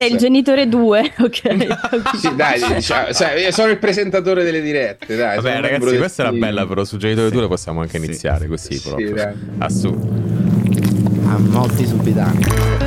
il genitore 2, ok. Sì, dai, io sono il presentatore delle dirette, dai. Vabbè, ragazzi, questa era bella, però sul genitore 2 possiamo anche iniziare così proprio. Dai. A molti subitanei.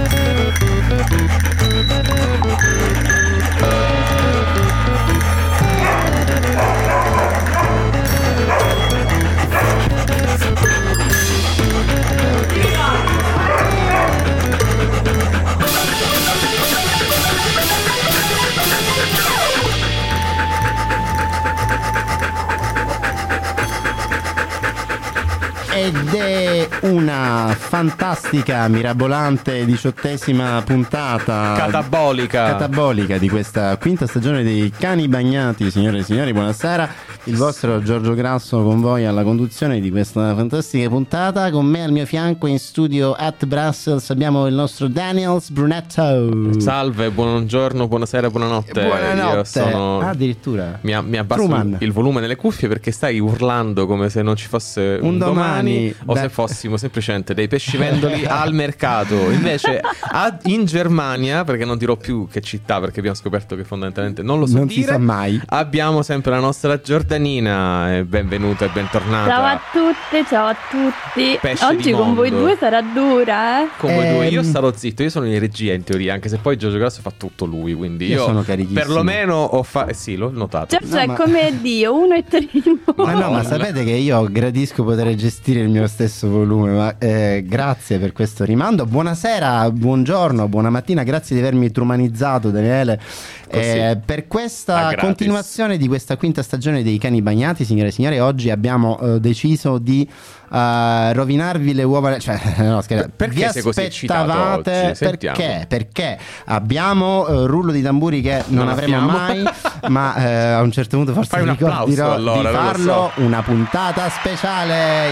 Ed è una fantastica, mirabolante 18ª puntata catabolica di questa quinta stagione dei Cani Bagnati. Signore e signori, buonasera. Il vostro Giorgio Grasso con voi alla conduzione di questa fantastica puntata. Con me al mio fianco in studio at Brussels abbiamo il nostro Daniels Brunetto. Salve, buongiorno, buonasera, buonanotte. Buonanotte. Io sono... addirittura mi abbasso il volume delle cuffie perché stai urlando come se non ci fosse un domani o se fossimo semplicemente dei pescivendoli al mercato. Invece in Germania, perché non dirò più che città perché abbiamo scoperto che fondamentalmente non lo so non dire, si sa mai, abbiamo sempre la nostra Giordanina. Benvenuta e bentornata. Ciao a tutte, ciao a tutti. Pesce oggi con voi due sarà dura, eh? Con voi due io starò zitto, io sono in regia in teoria, anche se poi Giorgio Grasso fa tutto lui, quindi io sono carichissimo. Perlomeno ho sì, l'ho notato. Giorgio è come Dio, uno e tre in uno. Ma sapete che io gradisco poter gestire il mio stesso volume, ma grazie per questo rimando. Buonasera, buongiorno, buona mattina, grazie di avermi trumanizzato, Daniele, per questa continuazione di questa quinta stagione dei Cani Bagnati. Signore e signori, oggi abbiamo deciso di rovinarvi le uova, cioè no, scherzo, perché vi sei così aspettavate perché abbiamo rullo di tamburi che non avremo mai, ma a un certo punto forse vi ricorderò di farlo, una puntata speciale,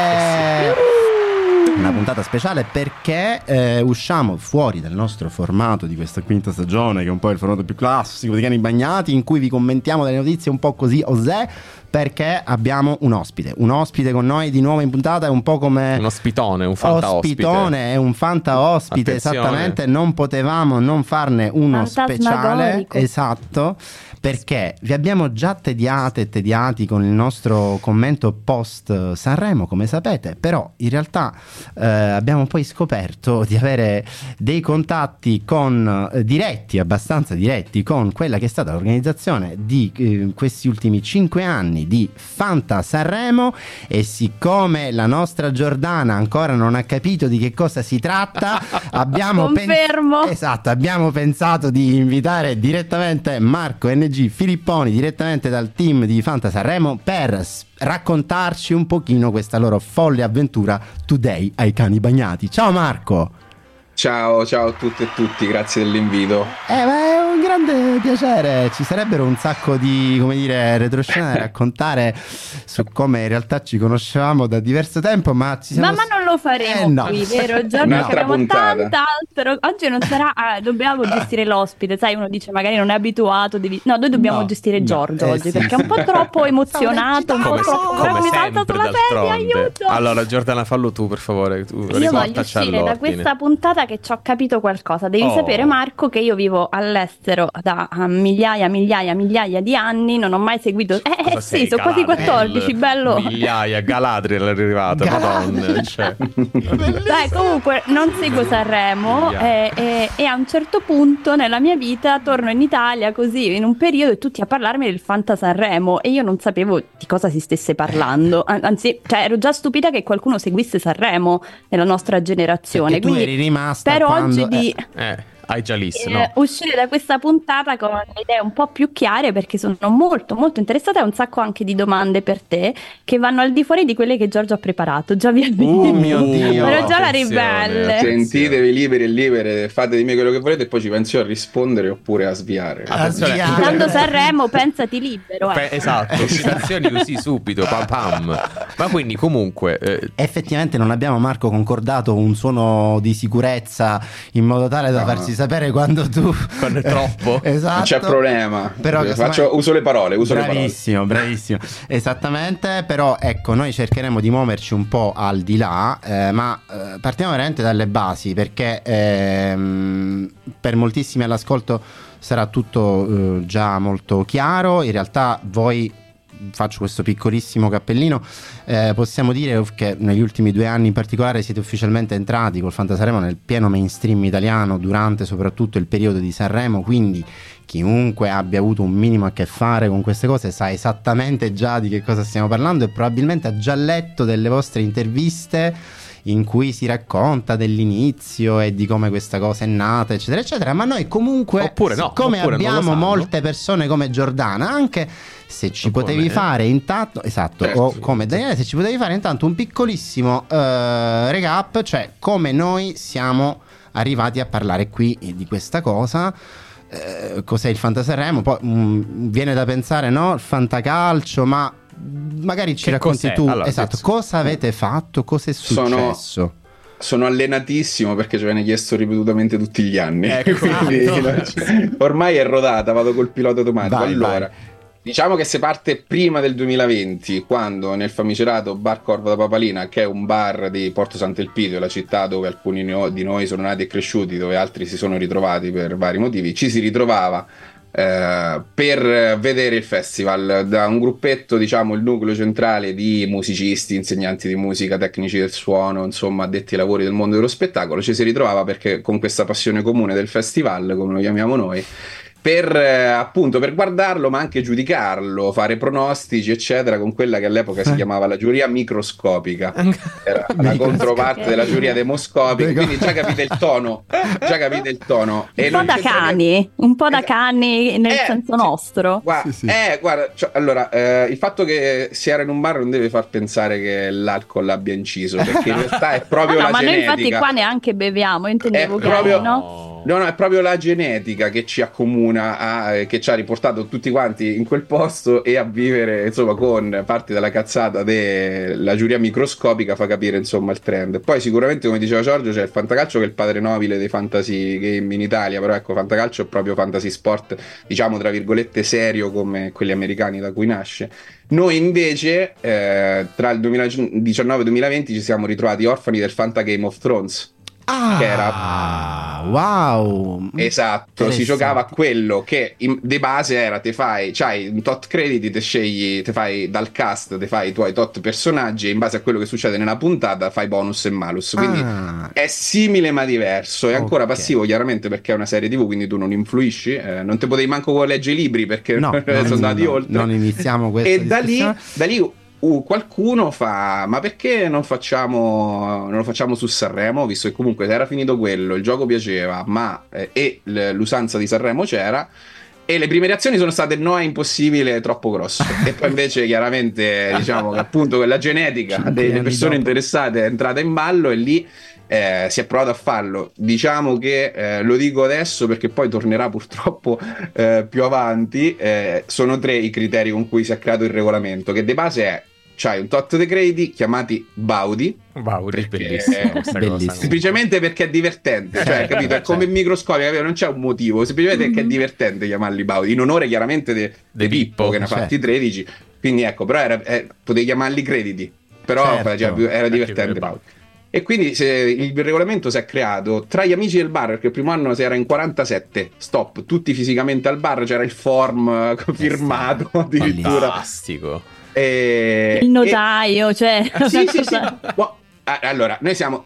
una puntata speciale perché usciamo fuori dal nostro formato di questa quinta stagione, che è un po' il formato più classico dei Cani Bagnati, in cui vi commentiamo delle notizie un po' così osè, perché abbiamo un ospite con noi di nuovo in puntata. È un po' come un ospitone, un fanta ospite. È un fanta ospite. Attenzione. Esattamente, non potevamo non farne uno speciale, esatto, perché vi abbiamo già tediati con il nostro commento post Sanremo, come sapete, però in realtà abbiamo poi scoperto di avere dei contatti abbastanza diretti con quella che è stata l'organizzazione di questi ultimi 5 anni di Fanta Sanremo, e siccome la nostra Giordana ancora non ha capito di che cosa si tratta, abbiamo pensato di invitare direttamente Marco NG Filipponi, direttamente dal team di Fanta Sanremo, per raccontarci un pochino questa loro folle avventura today ai Cani Bagnati. Ciao Marco. Ciao a tutte e tutti, grazie dell'invito. Ma è un grande piacere, ci sarebbero un sacco di, come dire, retroscena da raccontare su come in realtà ci conoscevamo da diverso tempo, ma ci siamo... Ma non lo faremo qui, vero Giorgio? Che abbiamo tant'altro. Oggi non sarà, dobbiamo gestire l'ospite, sai, uno dice magari non è abituato, no, noi dobbiamo gestire Giorgio oggi, sì, perché è un po' troppo emozionato, un po' troppo, mi salta sulla sedia, aiuto! Allora Giordana, fallo tu per favore, io voglio uscire da questa puntata che ci ho capito qualcosa. Devi sapere, Marco, che io vivo all'estero da migliaia di anni, non ho mai seguito. Sì, sono quasi 14, bello. Migliaia, Galadriel è arrivata, madonna. Cioè. Dai, comunque non seguo Sanremo e a un certo punto nella mia vita torno in Italia così in un periodo e tutti a parlarmi del Fanta Sanremo e io non sapevo di cosa si stesse parlando. Anzi, cioè, ero già stupita che qualcuno seguisse Sanremo nella nostra generazione. Perché quindi tu eri rimasta per quando... oggi hai già visto, no? Uscire da questa puntata con idee un po' più chiare, perché sono molto molto interessata e un sacco anche di domande per te che vanno al di fuori di quelle che Giorgio ha preparato. Già vi avvento. Mio Dio, però già la ribelle. Sentitevi liberi e libere, fate di me quello che volete e poi ci penso io a rispondere oppure a sviare. Dando Sanremo, pensati libero. Esatto, citazioni così subito, pam pam. Ma quindi comunque effettivamente non abbiamo, Marco, concordato un suono di sicurezza in modo tale da farsi sapere quando è troppo. Esatto. Non c'è problema. Però uso le parole, bravissimo. Esattamente, però ecco, noi cercheremo di muoverci un po' al di là, ma partiamo veramente dalle basi, perché per moltissimi all'ascolto sarà tutto già molto chiaro. In realtà voi, faccio questo piccolissimo cappellino, possiamo dire che negli ultimi 2 anni in particolare siete ufficialmente entrati col Fantasarremo nel pieno mainstream italiano durante soprattutto il periodo di Sanremo, quindi chiunque abbia avuto un minimo a che fare con queste cose sa esattamente già di che cosa stiamo parlando e probabilmente ha già letto delle vostre interviste in cui si racconta dell'inizio e di come questa cosa è nata, eccetera eccetera. Ma noi comunque, siccome abbiamo molte persone come Giordana, anche se ci potevi fare intanto, esatto, o come Daniele, se ci potevi fare intanto un piccolissimo recap, cioè come noi siamo arrivati a parlare qui di questa cosa. Cos'è il Fantasarremo? Poi viene da pensare, no, il fantacalcio, ma magari ci racconti tu, allora, esatto, cosa avete fatto, cosa è successo? Sono allenatissimo perché ci viene chiesto ripetutamente tutti gli anni, quindi ormai è rodata, vado col pilota automatico. Allora, diciamo che si parte prima del 2020, quando nel famigerato Bar Corvo da Papalina, che è un bar di Porto Sant'Elpidio, la città dove alcuni di noi sono nati e cresciuti, dove altri si sono ritrovati per vari motivi, ci si ritrovava per vedere il festival da un gruppetto, diciamo il nucleo centrale di musicisti, insegnanti di musica, tecnici del suono, insomma addetti ai lavori del mondo dello spettacolo. Ci si ritrovava perché con questa passione comune del festival, come lo chiamiamo noi, per appunto per guardarlo ma anche giudicarlo, fare pronostici eccetera, con quella che all'epoca si chiamava la giuria microscopica, era la controparte della giuria demoscopica, quindi già capite il tono, un po' da cani, un po' da cani nel senso nostro. Guarda, cioè, allora il fatto che si era in un bar non deve far pensare che l'alcol abbia inciso, perché in realtà è proprio la ma genetica. noi infatti qua neanche beviamo, intendevo è proprio, no, è proprio la genetica che ci accomuna, che ci ha riportato tutti quanti in quel posto e a vivere, insomma, con parti della cazzata della giuria microscopica fa capire, insomma, il trend. Poi sicuramente, come diceva Giorgio, c'è il fantacalcio che è il padre nobile dei fantasy game in Italia, però ecco, fantacalcio è proprio fantasy sport, diciamo, tra virgolette, serio come quelli americani da cui nasce. Noi invece tra il 2019 e il 2020 ci siamo ritrovati orfani del Fanta Game of Thrones. Che era wow, esatto, si giocava a quello che di base era c'hai un tot crediti, te scegli, te fai dal cast, te fai i tuoi tot personaggi e in base a quello che succede nella puntata fai bonus e malus, quindi è simile ma diverso, è ancora passivo chiaramente perché è una serie TV, quindi tu non influisci, non te potevi manco leggere i libri perché sono andati oltre, non iniziamo questa e da lì qualcuno fa, ma perché non lo facciamo su Sanremo, visto che comunque era finito quello, il gioco piaceva, ma l'usanza di Sanremo c'era, e le prime reazioni sono state no, è impossibile, è troppo grosso. E poi invece chiaramente diciamo che appunto quella genetica delle persone interessate è entrata in ballo e lì si è provato a farlo. Diciamo che lo dico adesso perché poi tornerà purtroppo più avanti. Sono 3 i criteri con cui si è creato il regolamento, che di base è: c'hai un tot di crediti chiamati Baudi, bellissimo, semplicemente perché è divertente, cioè capito, è come microscopico, non c'è un motivo, semplicemente perché è divertente chiamarli Baudi, in onore chiaramente di Pippo che ne ha fatti 13, quindi ecco, però potevi chiamarli crediti, però era divertente Baudi. E quindi il regolamento si è creato tra gli amici del bar, perché il primo anno si era in 47 stop, tutti fisicamente al bar, c'era il form firmato addirittura. Fantastico. Il notaio, cioè sì. Allora, noi siamo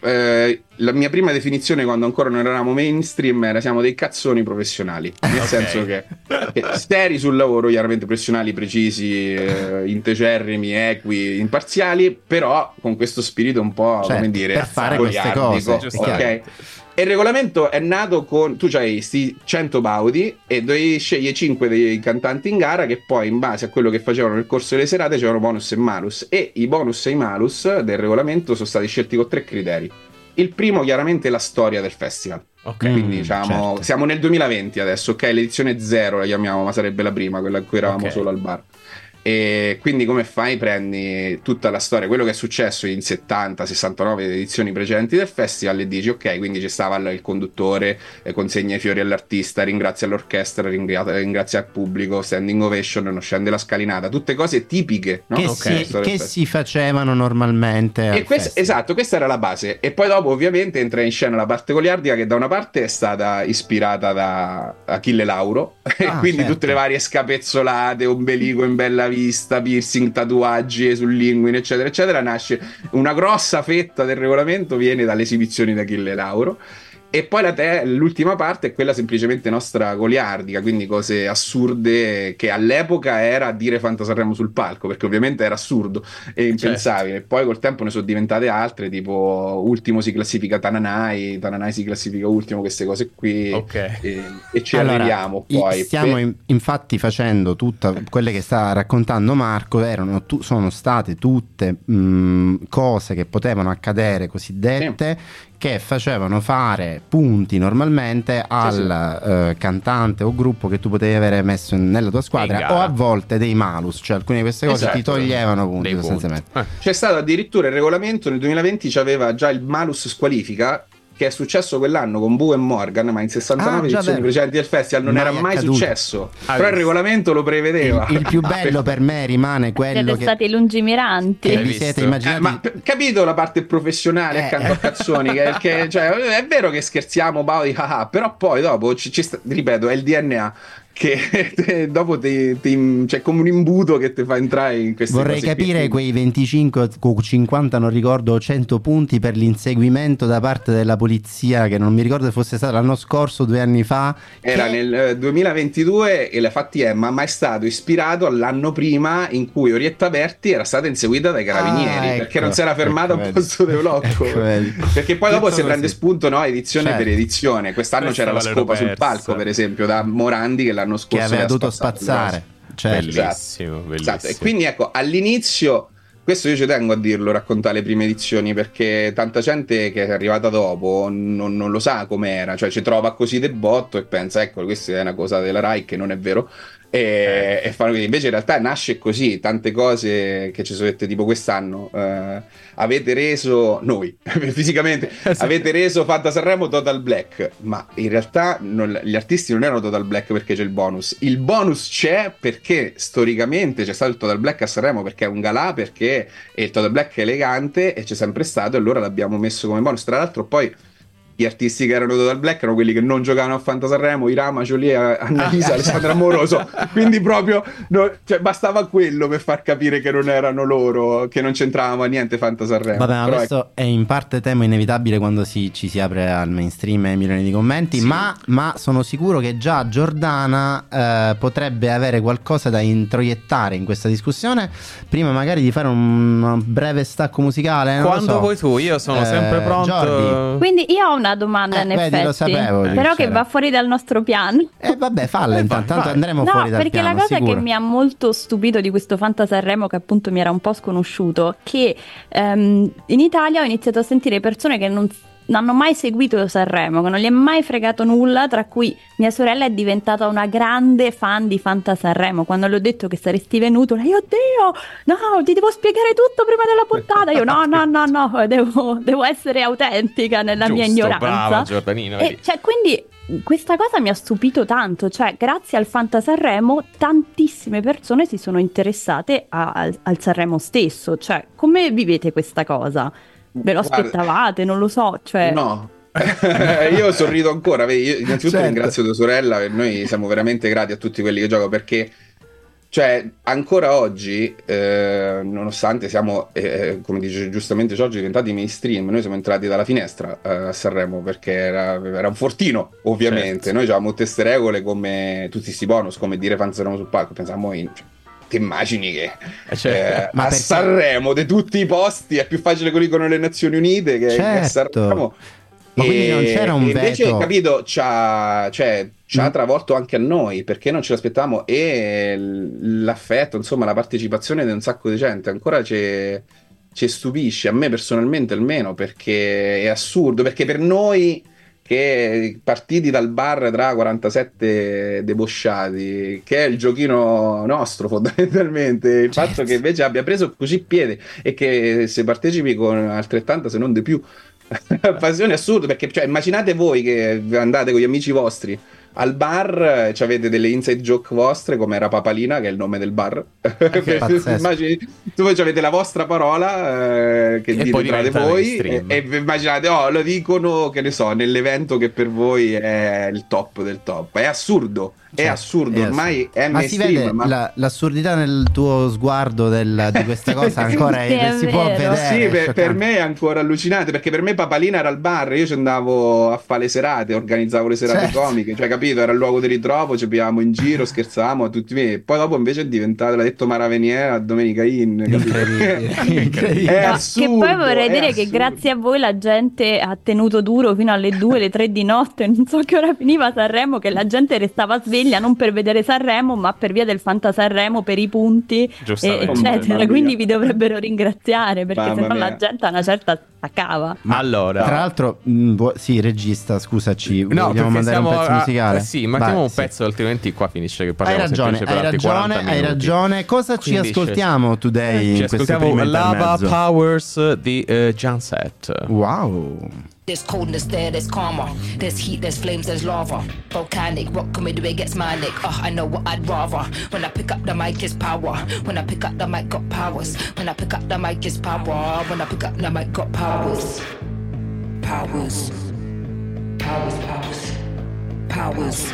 la mia prima definizione quando ancora non eravamo mainstream era siamo dei cazzoni professionali, nel senso che seri sul lavoro, chiaramente professionali, precisi, integerrimi, equi, imparziali, però con questo spirito un po', come dire, per fare queste cose, ok? E il regolamento è nato con, tu c'hai sti 100 baudi e dovevi scegliere 5 dei cantanti in gara che poi in base a quello che facevano nel corso delle serate c'erano bonus e malus, e i bonus e i malus del regolamento sono stati scelti con 3 criteri. Il primo chiaramente è la storia del festival, quindi diciamo siamo nel 2020 adesso, ok, l'edizione 0 la chiamiamo, ma sarebbe la prima, quella in cui eravamo solo al bar. E quindi come fai? Prendi tutta la storia, quello che è successo in 70, 69 edizioni precedenti del festival e dici ok, quindi ci stava il conduttore, consegna i fiori all'artista, ringrazia l'orchestra, ringrazia il pubblico, standing ovation, non scende la scalinata, tutte cose tipiche, no? che si facevano normalmente e esatto, questa era la base. E poi dopo ovviamente entra in scena la parte goliardica, che da una parte è stata ispirata da Achille Lauro, e quindi certo. tutte le varie scapezzolate, ombelico in bella vista, piercing, tatuaggi sul linguine, eccetera eccetera. Nasce una grossa fetta del regolamento, viene dalle esibizioni di Achille Lauro. E poi l'ultima parte è quella semplicemente nostra goliardica, quindi cose assurde che all'epoca era dire Fanta Sanremo sul palco, perché ovviamente era assurdo e impensabile. Certo. Poi col tempo ne sono diventate altre, tipo ultimo si classifica Tananai si classifica ultimo, queste cose qui, e ci arriviamo poi. Stiamo infatti facendo tutte quelle che sta raccontando Marco, sono state tutte cose che potevano accadere cosiddette, che facevano fare punti normalmente al cantante o gruppo che tu potevi avere messo nella tua squadra, o a volte dei malus, cioè alcune di queste cose ti toglievano punti sostanzialmente. C'è stato addirittura il regolamento nel 2020, c'aveva già il malus squalifica, che è successo quell'anno con Boo e Morgan, ma in 69 edizioni precedenti del festival non era mai successo. Però il regolamento lo prevedeva. Il più bello per me rimane quello siete stati lungimiranti. Che vi siete immaginati. Ma capito la parte professionale accanto a Cazzoni, che cioè, è vero che scherziamo, però poi dopo ripeto, è il DNA che dopo c'è come un imbuto che ti fa entrare in queste Vorrei cose capire quei 25 o 50, non ricordo, 100 punti per l'inseguimento da parte della polizia, che non mi ricordo se fosse stato l'anno scorso, 2 anni fa. Era nel 2022 e la fatti ma è stato ispirato all'anno prima in cui Orietta Berti era stata inseguita dai carabinieri, perché non si era fermata a posto di blocco, perché poi dopo si prende spunto, no, edizione per edizione. Quest'anno c'era la scopa sul palco, per esempio, da Morandi, che l'anno scorso che aveva dovuto spazzare. Bellissimo. Esatto. E quindi ecco, all'inizio, questo io ci tengo a dirlo, raccontare le prime edizioni, perché tanta gente che è arrivata dopo non lo sa com'era, cioè ci trova così de botto e pensa ecco, questa è una cosa della Rai, che non è vero. E fanno così. Invece in realtà nasce così, tante cose che ci sono dette, tipo quest'anno avete reso noi fisicamente avete reso Fanta Sanremo Total Black, ma in realtà gli artisti non erano Total Black perché c'è il bonus c'è perché storicamente c'è stato il Total Black a Sanremo, perché è un galà, perché il Total Black è elegante e c'è sempre stato, e allora l'abbiamo messo come bonus. Tra l'altro poi gli artisti che erano Total Black erano quelli che non giocavano a Fanta Sanremo, Irama, Jolie, Annalisa, Alessandra Amoroso, quindi proprio cioè, bastava quello per far capire che non erano loro, che non c'entravamo a niente Fanta Sanremo. Vabbè, ma questo è in parte tema inevitabile quando ci si apre al mainstream e milioni di commenti, ma sono sicuro che già Giordana potrebbe avere qualcosa da introiettare in questa discussione, prima magari di fare un breve stacco musicale. Quando vuoi tu, io sono sempre pronto. Jordi. Quindi io ho una domanda in effetti, lo sapevo, però che va fuori dal nostro piano. Vabbè, falla intanto, andremo fuori dal piano. Perché la cosa sicuro che mi ha molto stupito di questo Fanta Sanremo, che appunto mi era un po' sconosciuto, che in Italia ho iniziato a sentire persone che non hanno mai seguito Sanremo, che non gli è mai fregato nulla, tra cui mia sorella è diventata una grande fan di Fanta Sanremo. Quando le ho detto che saresti venuto, lei, oddio, no, ti devo spiegare tutto prima della puntata. Io no, devo essere autentica nella mia ignoranza. Brava Giordanino. Cioè, quindi questa cosa mi ha stupito tanto, cioè grazie al Fanta Sanremo tantissime persone si sono interessate al Sanremo stesso. Cioè, come vivete questa cosa? Ve lo aspettavate? Non lo so, cioè... No. Io sorrido ancora. Io innanzitutto ringrazio tua sorella, e noi siamo veramente grati a tutti quelli che giocano, perché cioè ancora oggi nonostante siamo come dice giustamente Giorgio, diventati mainstream, noi siamo entrati dalla finestra a Sanremo, perché era un fortino, ovviamente. Certo. Noi avevamo tutte queste regole, come tutti questi bonus, come dire Fanta Sanremo sul palco, pensavamo ti immagini che a Sanremo di tutti i posti è più facile quelli con le Nazioni Unite che a Sanremo. Ma quindi non c'era un invece, veto? Capito, ci ha travolto anche a noi, perché non ce l'aspettavamo, e l'affetto, insomma, la partecipazione di un sacco di gente ancora ci stupisce, a me personalmente almeno, perché è assurdo, perché per noi che partiti dal bar tra 47 debosciati, che è il giochino nostro fondamentalmente, il fatto che invece abbia preso così piede e che se partecipi con altrettanta se non di più passione assurda, perché cioè, immaginate voi che andate con gli amici vostri al bar, avete delle inside joke vostre, come era Papalina, che è il nome del bar. Immagini, voi avete la vostra parola che dite tra voi e immaginate, lo dicono, che ne so, nell'evento che per voi è il top del top. È assurdo. È assurdo, ormai è mainstream. Ma si vede l'assurdità nel tuo sguardo di questa cosa ancora si può vedere. Sì, per me è ancora allucinante, perché per me Papalina era al bar, io ci andavo a fare le serate, organizzavo le serate comiche, cioè capito, era il luogo di ritrovo, ci pigliavamo in giro, scherzavamo a tutti me. Poi dopo invece è diventato, l'ha detto Mara Venier a Domenica In. Incredibile. È assurdo, che poi vorrei dire che grazie a voi la gente ha tenuto duro fino alle 2, le 3 di notte, non so che ora finiva Sanremo, che la gente restava sveglia non per vedere Sanremo ma per via del Fanta Sanremo, per i punti eccetera, quindi vi dovrebbero ringraziare, perché sennò la gente a una certa staccava. Ma allora, tra l'altro sì, regista, scusaci, vogliamo mandare un pezzo musicale? Sì, mettiamo un pezzo, altrimenti qua finisce che parliamo hai ragione. Cosa ci ascoltiamo today? Ci ascoltiamo Lava Powers di Janset. Wow. There's coldness there, there's karma. There's heat, there's flames, there's lava. Volcanic, what can we do? It gets manic. I know what I'd rather. When I pick up the mic, it's power. When I pick up the mic, got powers. When I pick up the mic, it's power. When I pick up the mic, got powers. Powers. Powers, powers. Powers.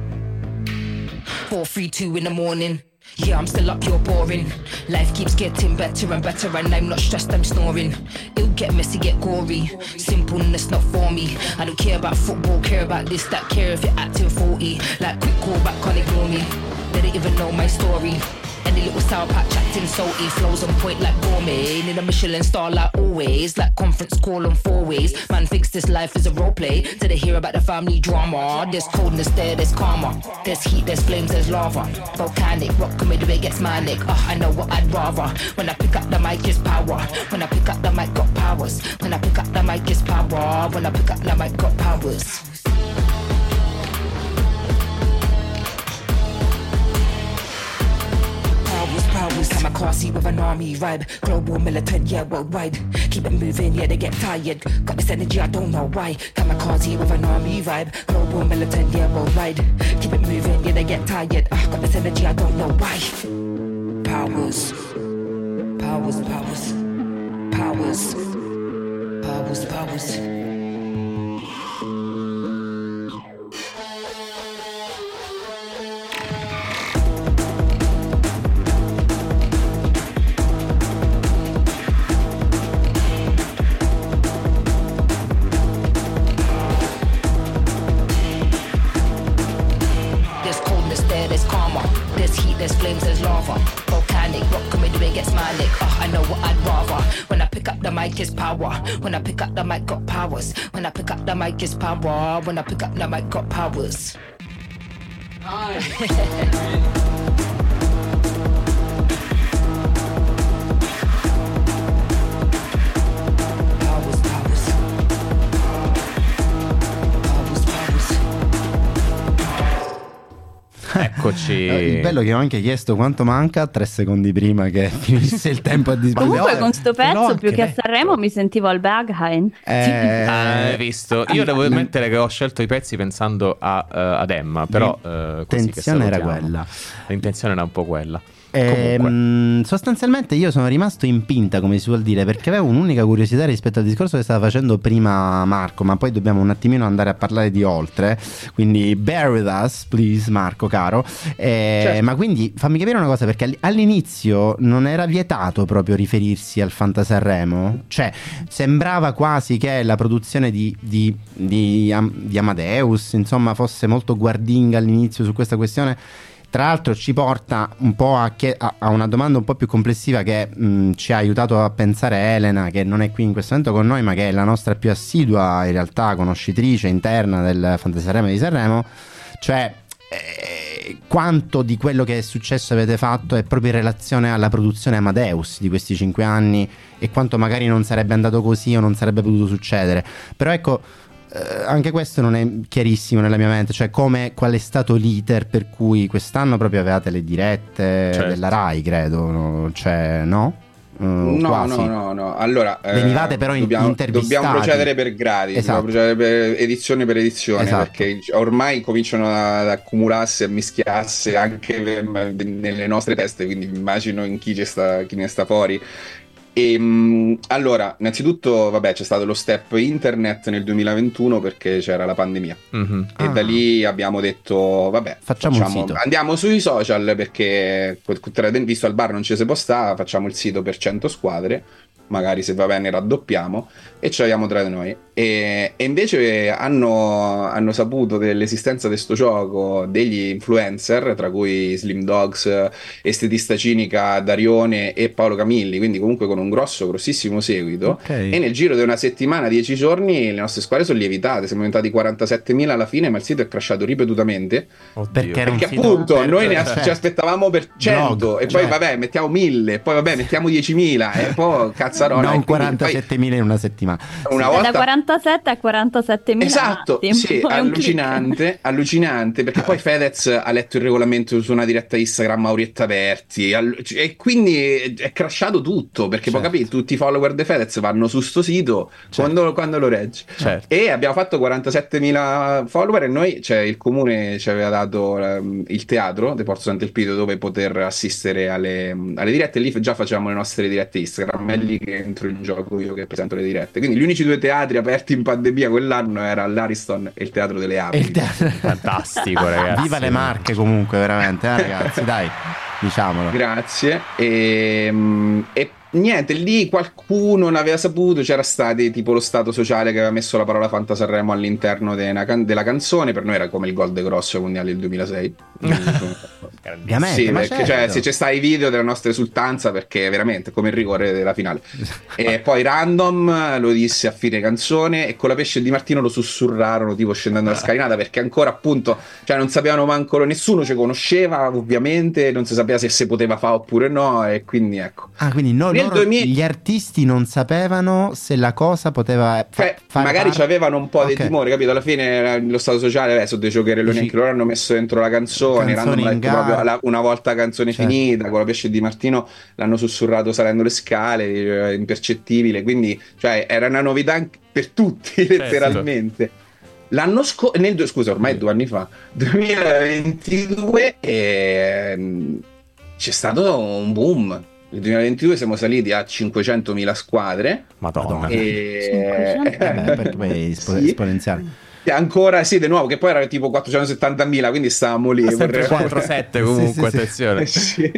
4, 3, 2 in the morning. Yeah, I'm still up, you're boring. Life keeps getting better and better, and I'm not stressed, I'm snoring. It'll get messy, get gory. Simpleness not for me. I don't care about football, care about this, that, care if you're acting 40. Like quick call back, can't ignore me. They don't even know my story. Any little sour patch acting salty, flows on point like gourmet. Need a Michelin star like always, like conference call on 4 ways. Man thinks this life is a role play, till they hear about the family drama. There's coldness there, there's karma. There's heat, there's flames, there's lava. Volcanic, what can we do? It gets manic. I know what I'd rather. When I pick up the mic, it's power. When I pick up the mic, got powers. When I pick up the mic, it's power. When I pick up the mic, got powers. Powers, I'm a car seat with an army vibe. Global militant, yeah, worldwide. Keep it moving, yeah, they get tired. Got this energy, I don't know why. Got my car seat with an army vibe. Global militant, yeah, worldwide. Keep it moving, yeah, they get tired. Got this energy, I don't know why. Powers. Powers, powers. Powers. Powers, powers. There's flames, there's lava. Volcanic, what can we do? It gets manic. I know what I'd rather. When I pick up the mic, it's power. When I pick up the mic, got powers. When I pick up the mic, it's power. When I pick up the mic, got powers. Eccoci. Il bello che ho anche chiesto quanto manca 3 secondi prima che finisse il tempo a disposizione. Comunque con sto pezzo più che a Sanremo mi sentivo al Berghain. Hai visto? Io devo ammettere che ho scelto i pezzi pensando ad Emma, però l'intenzione era quella. L'intenzione era un po' quella. Sostanzialmente io sono rimasto in pinta, come si suol dire, perché avevo un'unica curiosità rispetto al discorso che stava facendo prima Marco, ma poi dobbiamo un attimino andare a parlare di oltre, quindi bear with us please, Marco caro. Certo. Ma quindi fammi capire una cosa, perché all'inizio non era vietato proprio riferirsi al Fanta Sanremo, cioè sembrava quasi che la produzione di Amadeus insomma fosse molto guardinga all'inizio su questa questione. Tra l'altro ci porta un po' a una domanda un po' più complessiva che ci ha aiutato a pensare Elena, che non è qui in questo momento con noi, ma che è la nostra più assidua in realtà conoscitrice interna del Fantasarremo di Sanremo, cioè quanto di quello che è successo avete fatto è proprio in relazione alla produzione Amadeus di questi 5 anni e quanto magari non sarebbe andato così o non sarebbe potuto succedere. Però ecco, anche questo non è chiarissimo nella mia mente, cioè qual è stato l'iter per cui quest'anno proprio avevate le dirette della Rai, credo, no? Cioè, no? No. Allora, venivate però intervistati. Dobbiamo procedere per gradi, esatto. Dobbiamo procedere edizione per edizione, esatto. Perché ormai cominciano ad accumularsi, a mischiarsi anche nelle nostre teste, quindi immagino in chi ne sta fuori. Allora, innanzitutto, vabbè, c'è stato lo step internet nel 2021 perché c'era la pandemia. E da lì abbiamo detto, vabbè, facciamo un sito. Andiamo sui social perché, visto al bar non ci si può stare, facciamo il sito per 100 squadre, magari se va bene raddoppiamo, e ce l'abbiamo tra di noi. E invece hanno saputo dell'esistenza di sto gioco degli influencer, tra cui Slim Dogs, Estetista Cinica, Darione e Paolo Camilli, quindi comunque con un grossissimo seguito. E nel giro di una settimana, 10 giorni, le nostre squadre sono lievitate, siamo diventati 47.000 alla fine, ma il sito è crashato ripetutamente. Perché appunto noi ci aspettavamo per 100 blog, e poi vabbè mettiamo 1.000 e poi vabbè mettiamo 10.000 e poi cazzarola. Non 47.000 in una settimana. Una volta... Da 47 a 47.000. Esatto, sì, allucinante, perché poi Fedez ha letto il regolamento su una diretta Instagram Maurietta Berti e quindi è crashato tutto, perché poi capito, tutti i follower di Fedez vanno su sto sito quando lo regge. E abbiamo fatto 47.000 follower e noi, cioè il comune ci aveva dato il teatro di Porto Sant'Elpidio dove poter assistere alle dirette, e lì già facevamo le nostre dirette Instagram, è lì che entro in gioco io che presento le dirette. Quindi gli unici 2 teatri aperti in pandemia quell'anno era l'Ariston e il Teatro delle Api. Fantastico, ragazzi. Viva le Marche comunque, veramente, ragazzi, dai, diciamolo. Grazie. E niente, lì qualcuno l'aveva saputo, c'era stato tipo lo Stato Sociale che aveva messo la parola Fanta Sanremo all'interno della canzone, per noi era come il gol de Grosso mondiale del 2006. Ovviamente, sì, perché cioè, se c'è sta i video della nostra esultanza, perché veramente come il rigore della finale. E poi Random lo disse a fine canzone e con la Pesce Di Martino lo sussurrarono tipo scendendo la scalinata, perché ancora appunto, cioè non sapevano manco, nessuno ci conosceva ovviamente, non si sapeva se si poteva fare oppure no, e quindi ecco. Quindi gli artisti non sapevano se la cosa poteva fare magari ci avevano un po' di timore, capito? Alla fine lo Stato Sociale sono dei giocherelloni, anche loro hanno messo dentro la canzone Random l'ha detto proprio una volta canzone finita, con la Pesce Di Martino l'hanno sussurrato salendo le scale, impercettibile, quindi cioè era una novità anche per tutti, letteralmente. L'anno scorso, ormai 2 anni fa, 2022, c'è stato un boom. Nel 2022 siamo saliti a 500.000 squadre. Madonna. Perché poi è esponenziale. Ancora di nuovo, che poi era tipo 470.000, quindi stavamo lì. 4-7 comunque, attenzione.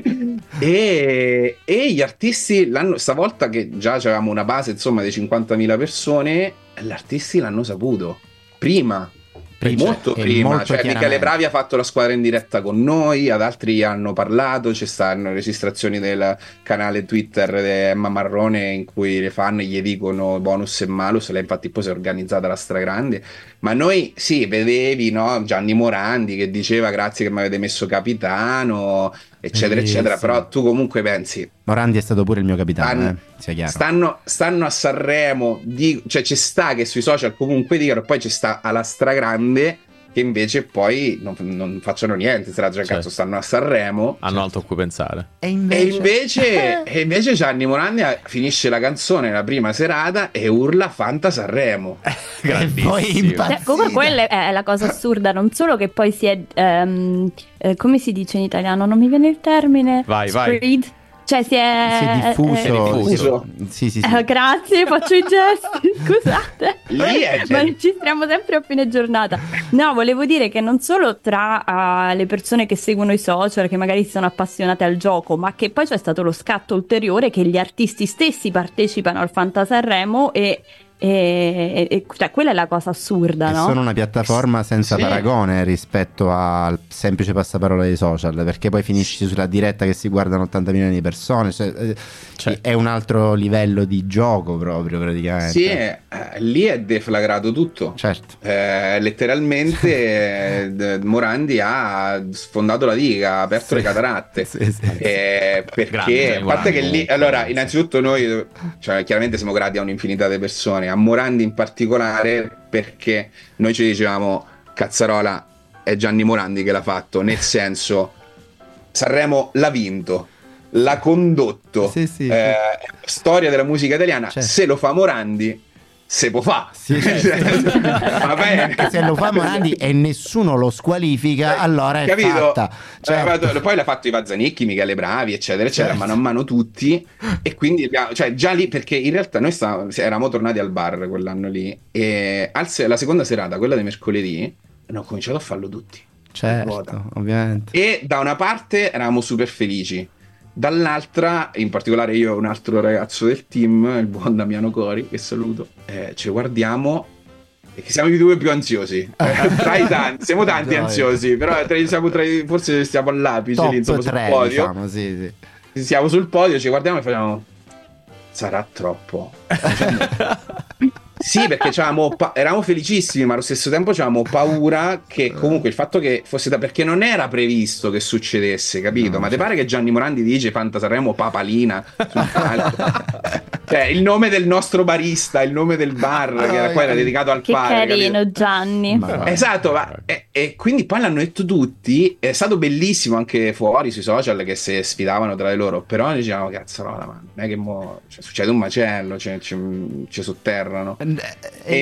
E gli artisti stavolta che già avevamo una base insomma di 50.000 persone, gli artisti l'hanno saputo prima. Molto prima, cioè Michele Bravi ha fatto la squadra in diretta con noi, ad altri hanno parlato, ci stanno registrazioni del canale Twitter di Emma Marrone in cui le fan gli dicono bonus e malus, lei infatti poi si è organizzata la stragrande, ma noi vedevi, no, Gianni Morandi che diceva grazie che mi avete messo capitano, eccetera eccetera, però tu comunque pensi Morandi è stato pure il mio capitano, sia chiaro. Stanno a Sanremo, cioè ci sta che sui social comunque dicano, poi ci sta alla stragrande che invece poi non facciano niente, cazzo, stanno a Sanremo, hanno altro a cui pensare. E invece Gianni Morandi finisce la canzone la prima serata e urla Fanta Sanremo. E poi comunque quella è la cosa assurda, non solo che poi si è come si dice in italiano, non mi viene il termine, vai. Cioè si è diffuso. Sì. Grazie, faccio i gesti, scusate. Ma ci stiamo sempre a fine giornata. No, volevo dire che non solo tra le persone che seguono i social, che magari si sono appassionate al gioco, ma che poi c'è stato lo scatto ulteriore che gli artisti stessi partecipano al Fanta Sanremo e cioè quella è la cosa assurda, no? Sono una piattaforma senza paragone rispetto al semplice passaparola dei social, perché poi finisci sulla diretta che si guardano 80 milioni di persone, è un altro livello di gioco proprio praticamente. Lì è deflagrato tutto, letteralmente. Morandi ha sfondato la diga, ha aperto le cataratte, perché a parte che lì, allora innanzitutto noi chiaramente siamo grati a un'infinità di persone, noi, a Morandi in particolare, perché noi ci dicevamo Cazzarola è Gianni Morandi che l'ha fatto, nel senso Sanremo l'ha vinto, l'ha condotto, storia della musica italiana, se lo fa Morandi se può fa, va bene. Se lo fa Morandi e nessuno lo squalifica, allora è fatta. Poi l'ha fatto Ivan Zanicchi, Michele Bravi, eccetera eccetera, mano a mano tutti, e quindi già lì, perché in realtà noi eravamo tornati al bar quell'anno lì, e la seconda serata, quella di mercoledì, hanno cominciato a farlo tutti, ovviamente, e da una parte eravamo super felici, dall'altra, in particolare io e un altro ragazzo del team, il buon Damiano Cori, che saluto, ci guardiamo e che siamo i due più ansiosi tra i tanti, siamo tanti ansiosi, però forse stiamo all'apice lì, insomma, 3, sul podio, diciamo, siamo sul podio, ci guardiamo e facciamo sarà troppo. Sì, perché eravamo felicissimi, ma allo stesso tempo avevamo paura che comunque il fatto che fosse perché non era previsto che succedesse, capito? No, ma te pare che Gianni Morandi dice Fanta Sanremo Papalina sul palco? Cioè, il nome del nostro barista, il nome del bar, che poi era dedicato al padre. Che carino, capito? Gianni. Esatto, e quindi poi l'hanno detto tutti, è stato bellissimo anche fuori sui social che si sfidavano tra di loro, però noi dicevamo cazzarola, ma non è che succede un macello, ci sotterrano. E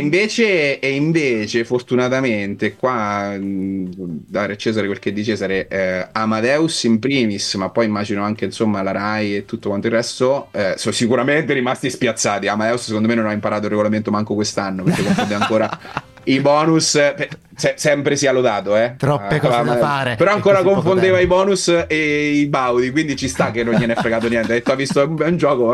invece fortunatamente qua dare a Cesare quel che è di Cesare, Amadeus in primis, ma poi immagino anche insomma la Rai e tutto quanto il resto sono sicuramente rimasti spiazzati. Amadeus secondo me non ha imparato il regolamento manco quest'anno, perché confonde ancora i bonus, sempre sia lodato, troppe cose da fare, però ancora confondeva i bonus e i baudi, quindi ci sta che non gliene è fregato niente, ha detto ha visto un gioco, va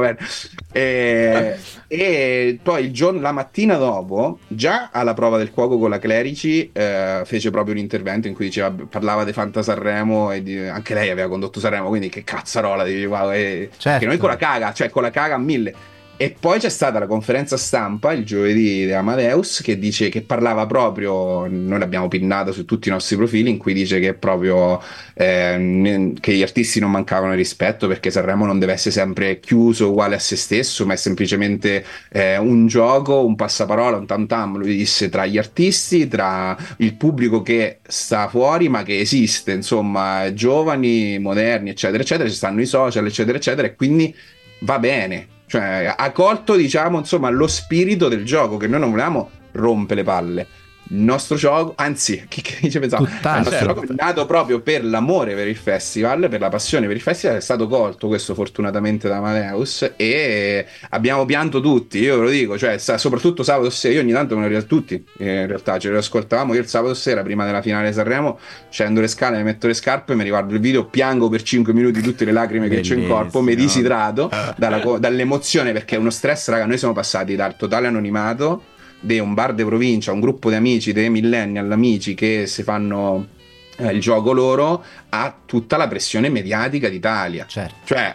bene. E poi la mattina dopo, già alla prova del cuoco con la Clerici, fece proprio un intervento in cui parlava di Fanta Sanremo, e anche lei aveva condotto Sanremo, quindi che cazzarola, che noi con la caga a 1000. E poi c'è stata la conferenza stampa il giovedì di Amadeus che parlava proprio, noi l'abbiamo pinnata su tutti i nostri profili, in cui dice che proprio che gli artisti non mancavano di rispetto, perché Sanremo non deve essere sempre chiuso uguale a se stesso, ma è semplicemente un gioco, un passaparola, un tam tam, lui disse, tra gli artisti, tra il pubblico che sta fuori ma che esiste, insomma, giovani, moderni, eccetera eccetera, ci stanno i social, eccetera eccetera, e quindi va bene. Cioè, ha colto, diciamo, insomma, lo spirito del gioco, che noi non volevamo rompere le palle. Il nostro gioco, anzi, chi ci pensava? Il nostro gioco è nato proprio per l'amore per il festival, per la passione per il festival, è stato colto questo fortunatamente da Amadeus, e abbiamo pianto tutti, io ve lo dico, cioè soprattutto sabato sera, io ogni tanto me lo riascoltavo, tutti in realtà ce lo ascoltavamo, io il sabato sera prima della finale di Sanremo scendo le scale, mi metto le scarpe, mi riguardo il video, piango per 5 minuti tutte le lacrime che c'ho in corpo, mi disidrato dall'emozione, perché è uno stress, raga. Noi siamo passati dal totale anonimato di un bar de provincia, un gruppo di amici, dei millennial amici che si fanno il gioco loro, a tutta la pressione mediatica d'Italia. Certo. Cioè,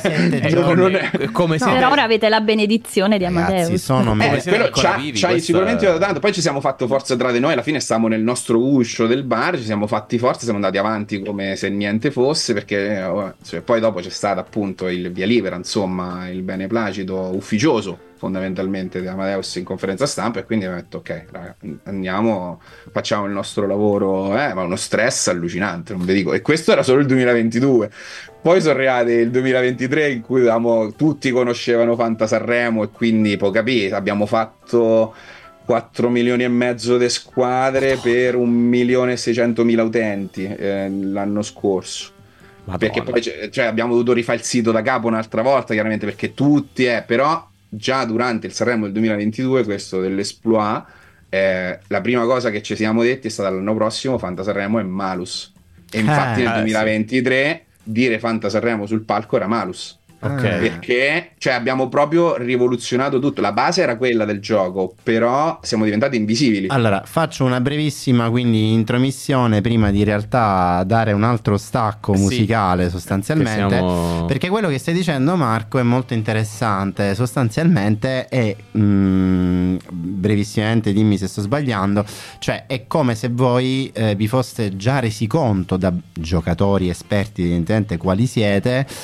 come no, però ora avete la benedizione di Amadeus. Quello c'hai sicuramente dato tanto. Poi ci siamo fatto forza tra di noi, alla fine stavamo nel nostro uscio del bar, ci siamo fatti forza, siamo andati avanti come se niente fosse, perché poi dopo c'è stato appunto il via libera, insomma, il beneplacito ufficioso fondamentalmente di Amadeus in conferenza stampa, e quindi abbiamo detto ok, raga, andiamo, facciamo il nostro lavoro, ma uno stress allucinante, non vi dico. E questo era solo il 2022. Poi sono arrivati il 2023, in cui tutti conoscevano Fanta Sanremo, e quindi può capire, abbiamo fatto 4 milioni e mezzo di squadre per 1.600.000 utenti l'anno scorso. Madonna. Perché poi abbiamo dovuto rifare il sito da capo un'altra volta, chiaramente, perché tutti però già durante il Sanremo del 2022, questo dell'Esploit, la prima cosa che ci siamo detti è stata: l'anno prossimo Fanta Sanremo è malus. E infatti nel 2023 dire Fanta Sanremo sul palco era malus. Perché abbiamo proprio rivoluzionato tutto. La base era quella del gioco, però siamo diventati invisibili. Allora faccio una brevissima quindi intromissione prima di in realtà dare un altro stacco musicale, sostanzialmente, perché quello che stai dicendo, Marco, è molto interessante. Sostanzialmente è brevissimamente, dimmi se sto sbagliando, cioè è come se voi vi foste già resi conto, da giocatori esperti evidentemente quali siete,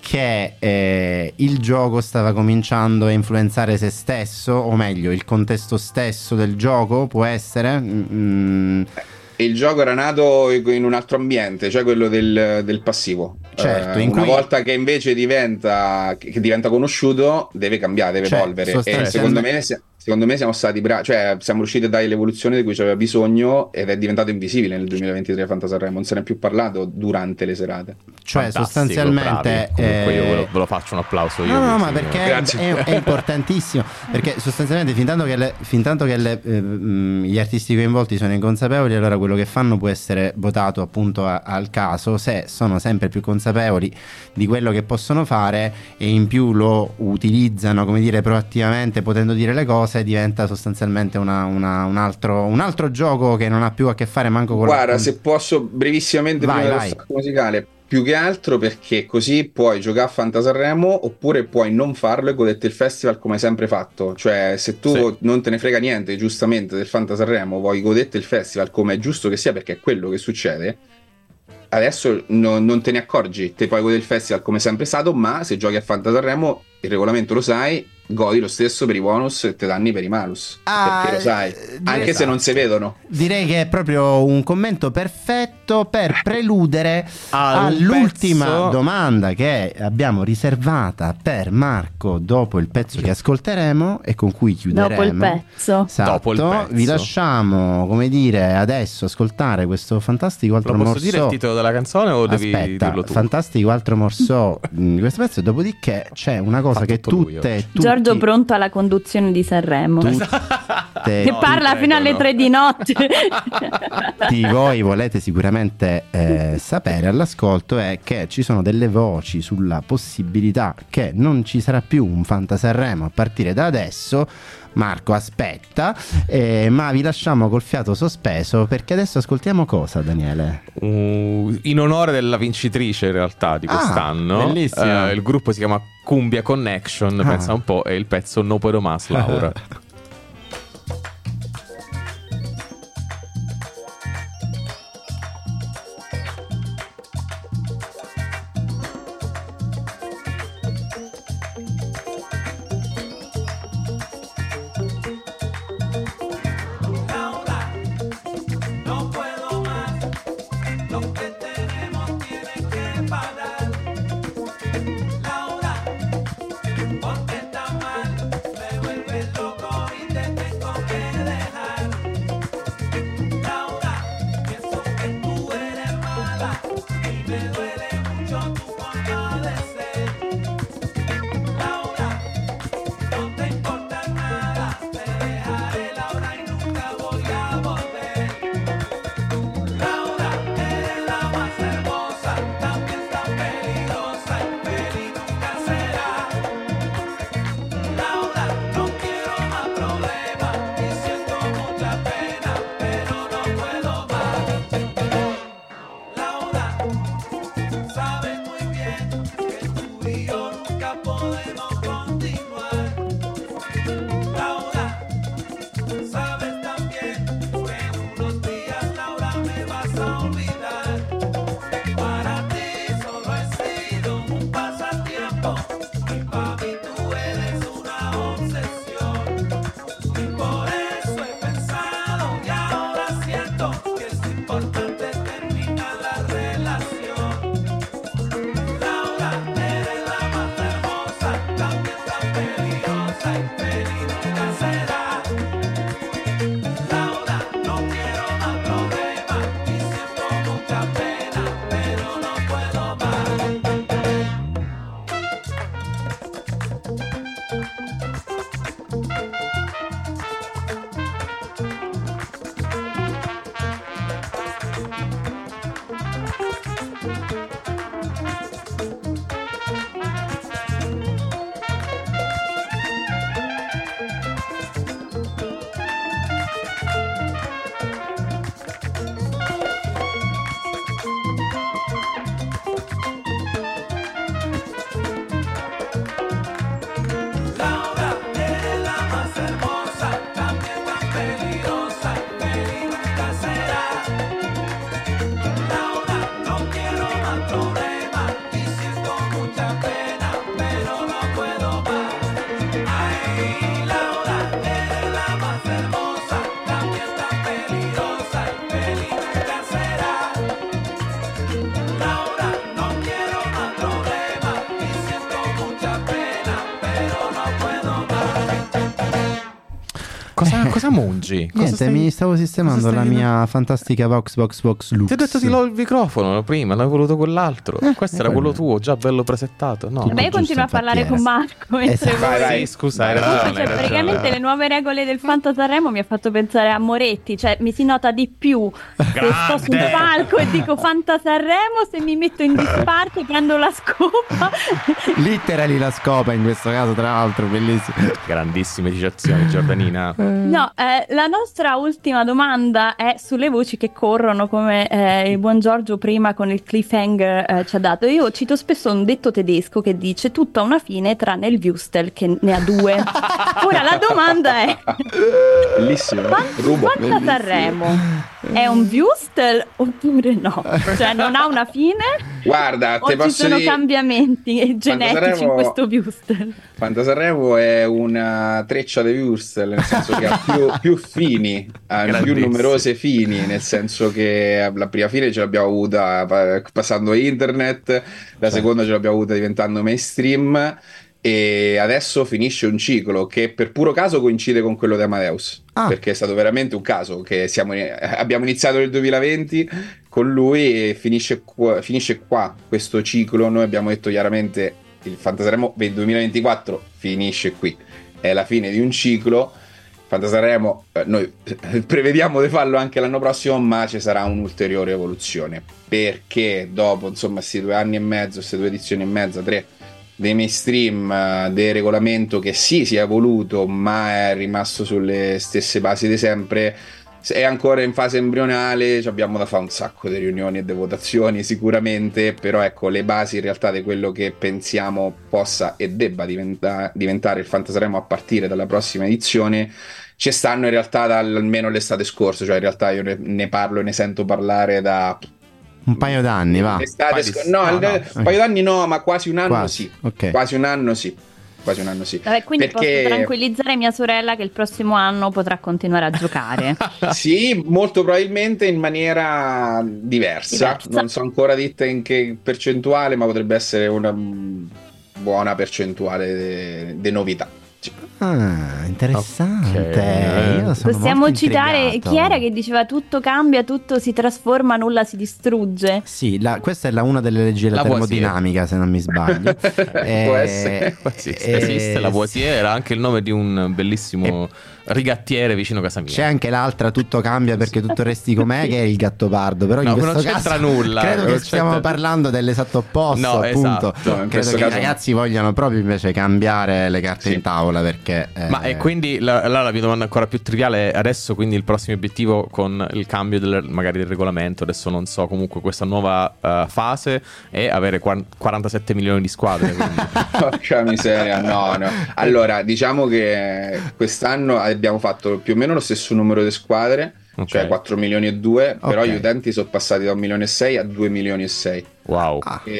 che il gioco stava cominciando a influenzare se stesso, o meglio il contesto stesso del gioco, può essere? Il gioco era nato in un altro ambiente, cioè quello del passivo. Certo, una volta che invece diventa conosciuto, deve cambiare, deve evolvere. E secondo me siamo stati bravi, cioè siamo riusciti a dare l'evoluzione di cui c'aveva bisogno, ed è diventato invisibile nel 2023 Fanta Sanremo, non se ne è più parlato durante le serate. Cioè sostanzialmente comunque io ve lo faccio un applauso io. No, ma perché è importantissimo, perché sostanzialmente fin tanto che gli artisti coinvolti sono inconsapevoli, allora quello che fanno può essere votato appunto al caso. Se sono sempre più consapevoli di quello che possono fare e in più lo utilizzano, come dire, proattivamente, potendo dire le cose, diventa sostanzialmente un altro gioco che non ha più a che fare manco con Guarda, se posso brevissimamente prima dello stacco musicale, più che altro perché così puoi giocare a Fanta Sanremo oppure puoi non farlo e goderti il festival come hai sempre fatto. Cioè, se tu non te ne frega niente giustamente del Fanta Sanremo, vuoi goderti il festival come è giusto che sia, perché è quello che succede, adesso non te ne accorgi, te puoi godere il festival come è sempre stato, ma se giochi a Fanta Sanremo il regolamento lo sai, godi lo stesso per i bonus e te danni per i malus, perché lo sai, anche se non si vedono. Direi che è proprio un commento perfetto per preludere all'ultima domanda che abbiamo riservata per Marco dopo il pezzo che ascolteremo e con cui chiuderemo. Dopo il pezzo. Esatto. Dopo il pezzo. Vi lasciamo, come dire, adesso ascoltare questo fantastico altro morceau. Posso dire il titolo della canzone o devi dirlo tu? Fantastico altro morceau di questo pezzo, e dopodiché c'è una cosa che tutti Giorgio pronto alla conduzione di Sanremo, che parla fino alle 3 di notte. Voi volete sicuramente sapere all'ascolto è che ci sono delle voci sulla possibilità che non ci sarà più un Fanta Sanremo a partire da adesso. Marco aspetta, ma vi lasciamo col fiato sospeso, perché adesso ascoltiamo cosa, Daniele? In onore della vincitrice in realtà di quest'anno, bellissimo. Il gruppo si chiama Cumbia Connection, pensa un po', e il pezzo No Puedo Más, Laura. Porque está mal, me vuelve loco. Cosa mungi? Niente, mi stavo sistemando la mia fantastica Vox Lux. Ti ho detto di il microfono prima, l'avevo voluto quell'altro. Questo era quello tuo, già bello presettato. No. Beh, io continuo a parlare con Marco mentre vai, scusa, hai ragione. Praticamente le nuove regole del Fanta Sanremo mi ha fatto pensare a Moretti, cioè mi si nota di più se sto sul palco e dico Fanta Sanremo, se mi metto in disparte prendo la scopa. Literally la scopa in questo caso, tra l'altro, bellissimo. Grandissime citazioni, Giordanina. No, la nostra ultima domanda è sulle voci che corrono, come il buon Giorgio prima con il cliffhanger ci ha dato. Io cito spesso un detto tedesco che dice tutto ha una fine tranne il Wustel che ne ha due. Ora la domanda è bellissimo. Fanta Sanremo è un Wustel oppure no? Cioè non ha una fine? Guarda, o ci sono cambiamenti genetici in questo Wustel? Fanta Sanremo è una treccia di Wustel, nel senso che ha più fini, ha più numerose fini, nel senso che la prima fine ce l'abbiamo avuta passando internet, la seconda ce l'abbiamo avuta diventando mainstream, e adesso finisce un ciclo che per puro caso coincide con quello di Amadeus, perché è stato veramente un caso che abbiamo iniziato nel 2020 con lui e finisce qua questo ciclo. Noi abbiamo detto chiaramente il Fanta Sanremo 2024 finisce qui, è la fine di un ciclo. Fanta Sanremo noi prevediamo di farlo anche l'anno prossimo, ma ci sarà un'ulteriore evoluzione, perché dopo insomma questi 2 anni e mezzo, queste 2 edizioni e mezza, 3 dei mainstream, del regolamento che sì si è evoluto ma è rimasto sulle stesse basi di sempre, è ancora in fase embrionale, abbiamo da fare un sacco di riunioni e di votazioni sicuramente, però ecco, le basi in realtà di quello che pensiamo possa e debba diventare il Fanta Sanremo a partire dalla prossima edizione ci stanno in realtà almeno l'estate scorsa, cioè in realtà io ne parlo e ne sento parlare da un paio d'anni, va. Un paio d'anni no, ma quasi un anno sì. Okay. Quasi un anno sì. Vabbè, quindi posso tranquillizzare mia sorella che il prossimo anno potrà continuare a giocare. Sì, molto probabilmente in maniera diversa. Non so ancora detta in che percentuale, ma potrebbe essere una buona percentuale di novità. Interessante. Okay. Possiamo citare chi era che diceva tutto cambia, tutto si trasforma, nulla si distrugge. Sì, questa è una delle leggi della termodinamica, se non mi sbaglio. Può essere. Esiste la Lavoisier, era anche il nome di un bellissimo rigattiere vicino a casa mia. C'è anche l'altra tutto cambia perché tutto resti com'è, che è il Gattopardo, però in questo non c'entra caso nulla. Credo che stiamo parlando dell'esatto opposto, appunto. Esatto. Credo che i ragazzi vogliano proprio invece cambiare le carte in tavola, perché ma e quindi la mia domanda ancora più triviale è adesso, quindi il prossimo obiettivo con il cambio magari del regolamento, adesso non so, comunque questa nuova fase è avere 47 milioni di squadre. Porca miseria, no. Allora, diciamo che quest'anno abbiamo fatto più o meno lo stesso numero di squadre, cioè 4 milioni e 2, però gli utenti sono passati da 1 milione e 6 a 2 milioni e 6. Wow.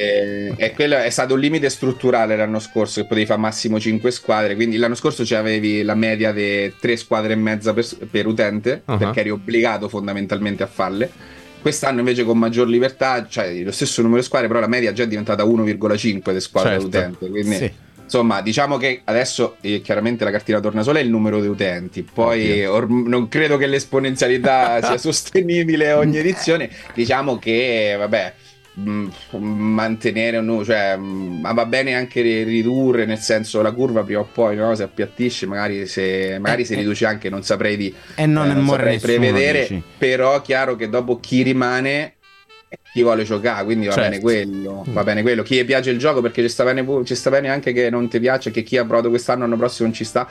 E quello è stato un limite strutturale l'anno scorso, che potevi fare massimo 5 squadre, quindi l'anno scorso avevi la media di 3 squadre e mezza per utente, perché eri obbligato fondamentalmente a farle. Quest'anno invece con maggior libertà, cioè lo stesso numero di squadre, però la media già è diventata 1,5 di squadre utente, quindi insomma, diciamo che adesso chiaramente la cartina tornasole è il numero di utenti, poi non credo che l'esponenzialità sia sostenibile ogni edizione, diciamo che vabbè, mantenere va bene anche ridurre, nel senso la curva prima o poi si appiattisce, magari si riduce anche, non saprei non saprei prevedere, dici. Però chiaro che dopo chi rimane chi vuole giocare, quindi va bene quello, chi gli piace il gioco, perché ci sta bene anche che non ti piace, che chi ha provato quest'anno l'anno prossimo non ci sta,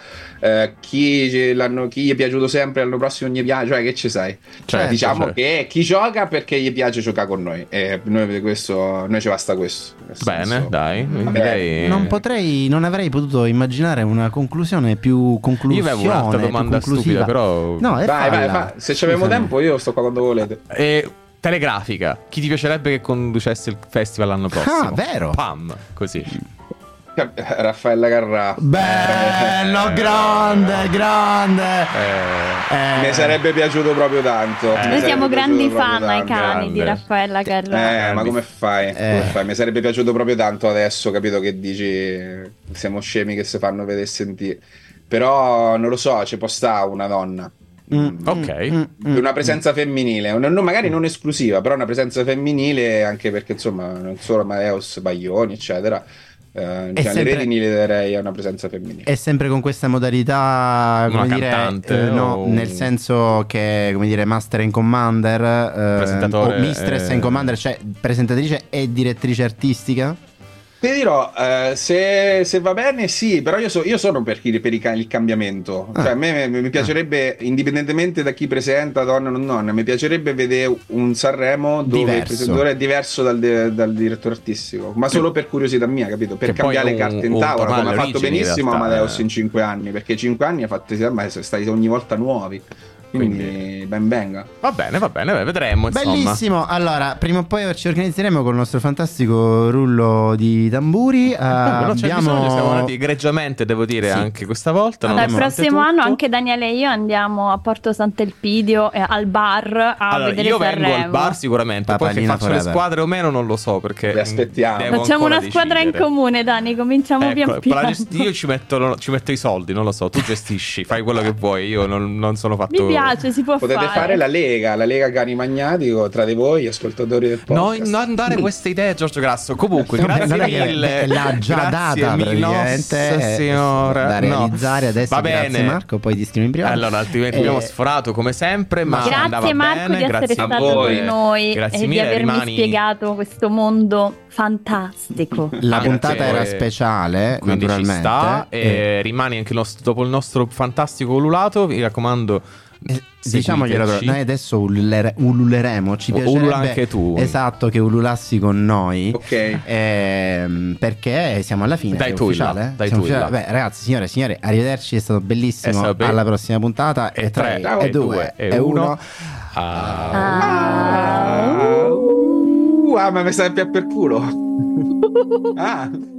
chi gli è piaciuto sempre l'anno prossimo non gli piace, cioè che ci sai, diciamo che chi gioca perché gli piace giocare con noi, e noi ci basta questo. Bene, senso, dai, non avrei potuto immaginare una conclusione più conclusione. Io avevo un'altra domanda stupida, però vai, se ci avevamo tempo io sto qua quando volete. Telegrafica, chi ti piacerebbe che conducesse il festival l'anno prossimo? Vero? Pam, così. Raffaella Carrà. Bello, grande. Mi sarebbe piaciuto proprio tanto. Noi siamo grandi fan ai cani di Raffaella Carrà. Ma come fai? Mi sarebbe piaciuto proprio tanto adesso, capito, che dici siamo scemi che si fanno vedere e sentire. però non lo so, ci può stare una donna. Ok. Una presenza femminile, magari non esclusiva, però una presenza femminile, anche perché insomma non solo Amadeus, Baglioni eccetera, le redini le darei a una presenza femminile. E sempre con questa modalità, come una dire, cantante, no, nel senso che, come dire, Master and Commander, presentatore, o Mistress and Commander, cioè presentatrice e direttrice artistica. Ti dirò, se va bene sì, però io sono per il cambiamento. Cioè, a me mi piacerebbe, indipendentemente da chi presenta, donna o non donna, mi piacerebbe vedere un Sanremo dove il presentatore è diverso dal direttore artistico, ma solo per curiosità mia, capito? Per che cambiare le carte in tavola, come ha fatto benissimo in Amadeus in 5 anni, perché 5 anni ha fatto, ma sono stati ogni volta nuovi. Quindi ben venga. Va bene, vedremo, insomma. Bellissimo. Allora, prima o poi ci organizzeremo con il nostro fantastico rullo di tamburi. Non c'è bisogno, siamo andati egregiamente, devo dire, anche questa volta. Dal prossimo anno anche Daniele e io andiamo a Porto Sant'Elpidio al bar a vedere io Sanremo. vengo al bar sicuramente, poi che faccio le squadre o meno non lo so, perché vi aspettiamo. Facciamo una squadra in comune, Dani, cominciamo pian piano. Io ci metto i soldi, non lo so, tu gestisci, fai quello che vuoi, io non sono fatto. Mi piace, si può Potete fare la Lega Cani Magnatico tra di voi, ascoltatori del podcast. Non dare queste idee, Giorgio Grasso. Comunque, grazie mille. L'ha già data praticamente, signora. Da realizzare adesso. Va bene. Grazie Marco, poi ti scrivo in privato. Allora, altrimenti abbiamo sforato come sempre, ma grazie Marco bene. di essere stato con noi e di avermi spiegato questo mondo fantastico. La puntata era speciale, quindi naturalmente. Ci sta, e rimani anche dopo il nostro fantastico ululato, mi raccomando. Diciamoglielo, noi adesso ululeremo. Ci piacerebbe ulula anche tu. Esatto, che ululassi con noi. Ok. Perché siamo alla fine. Dai tu ufficiale. Dai tu Beh, ragazzi, signore e signori, arrivederci. È stato bellissimo. Alla prossima puntata. E 3, e 2, e 1. Ma mi stai per culo.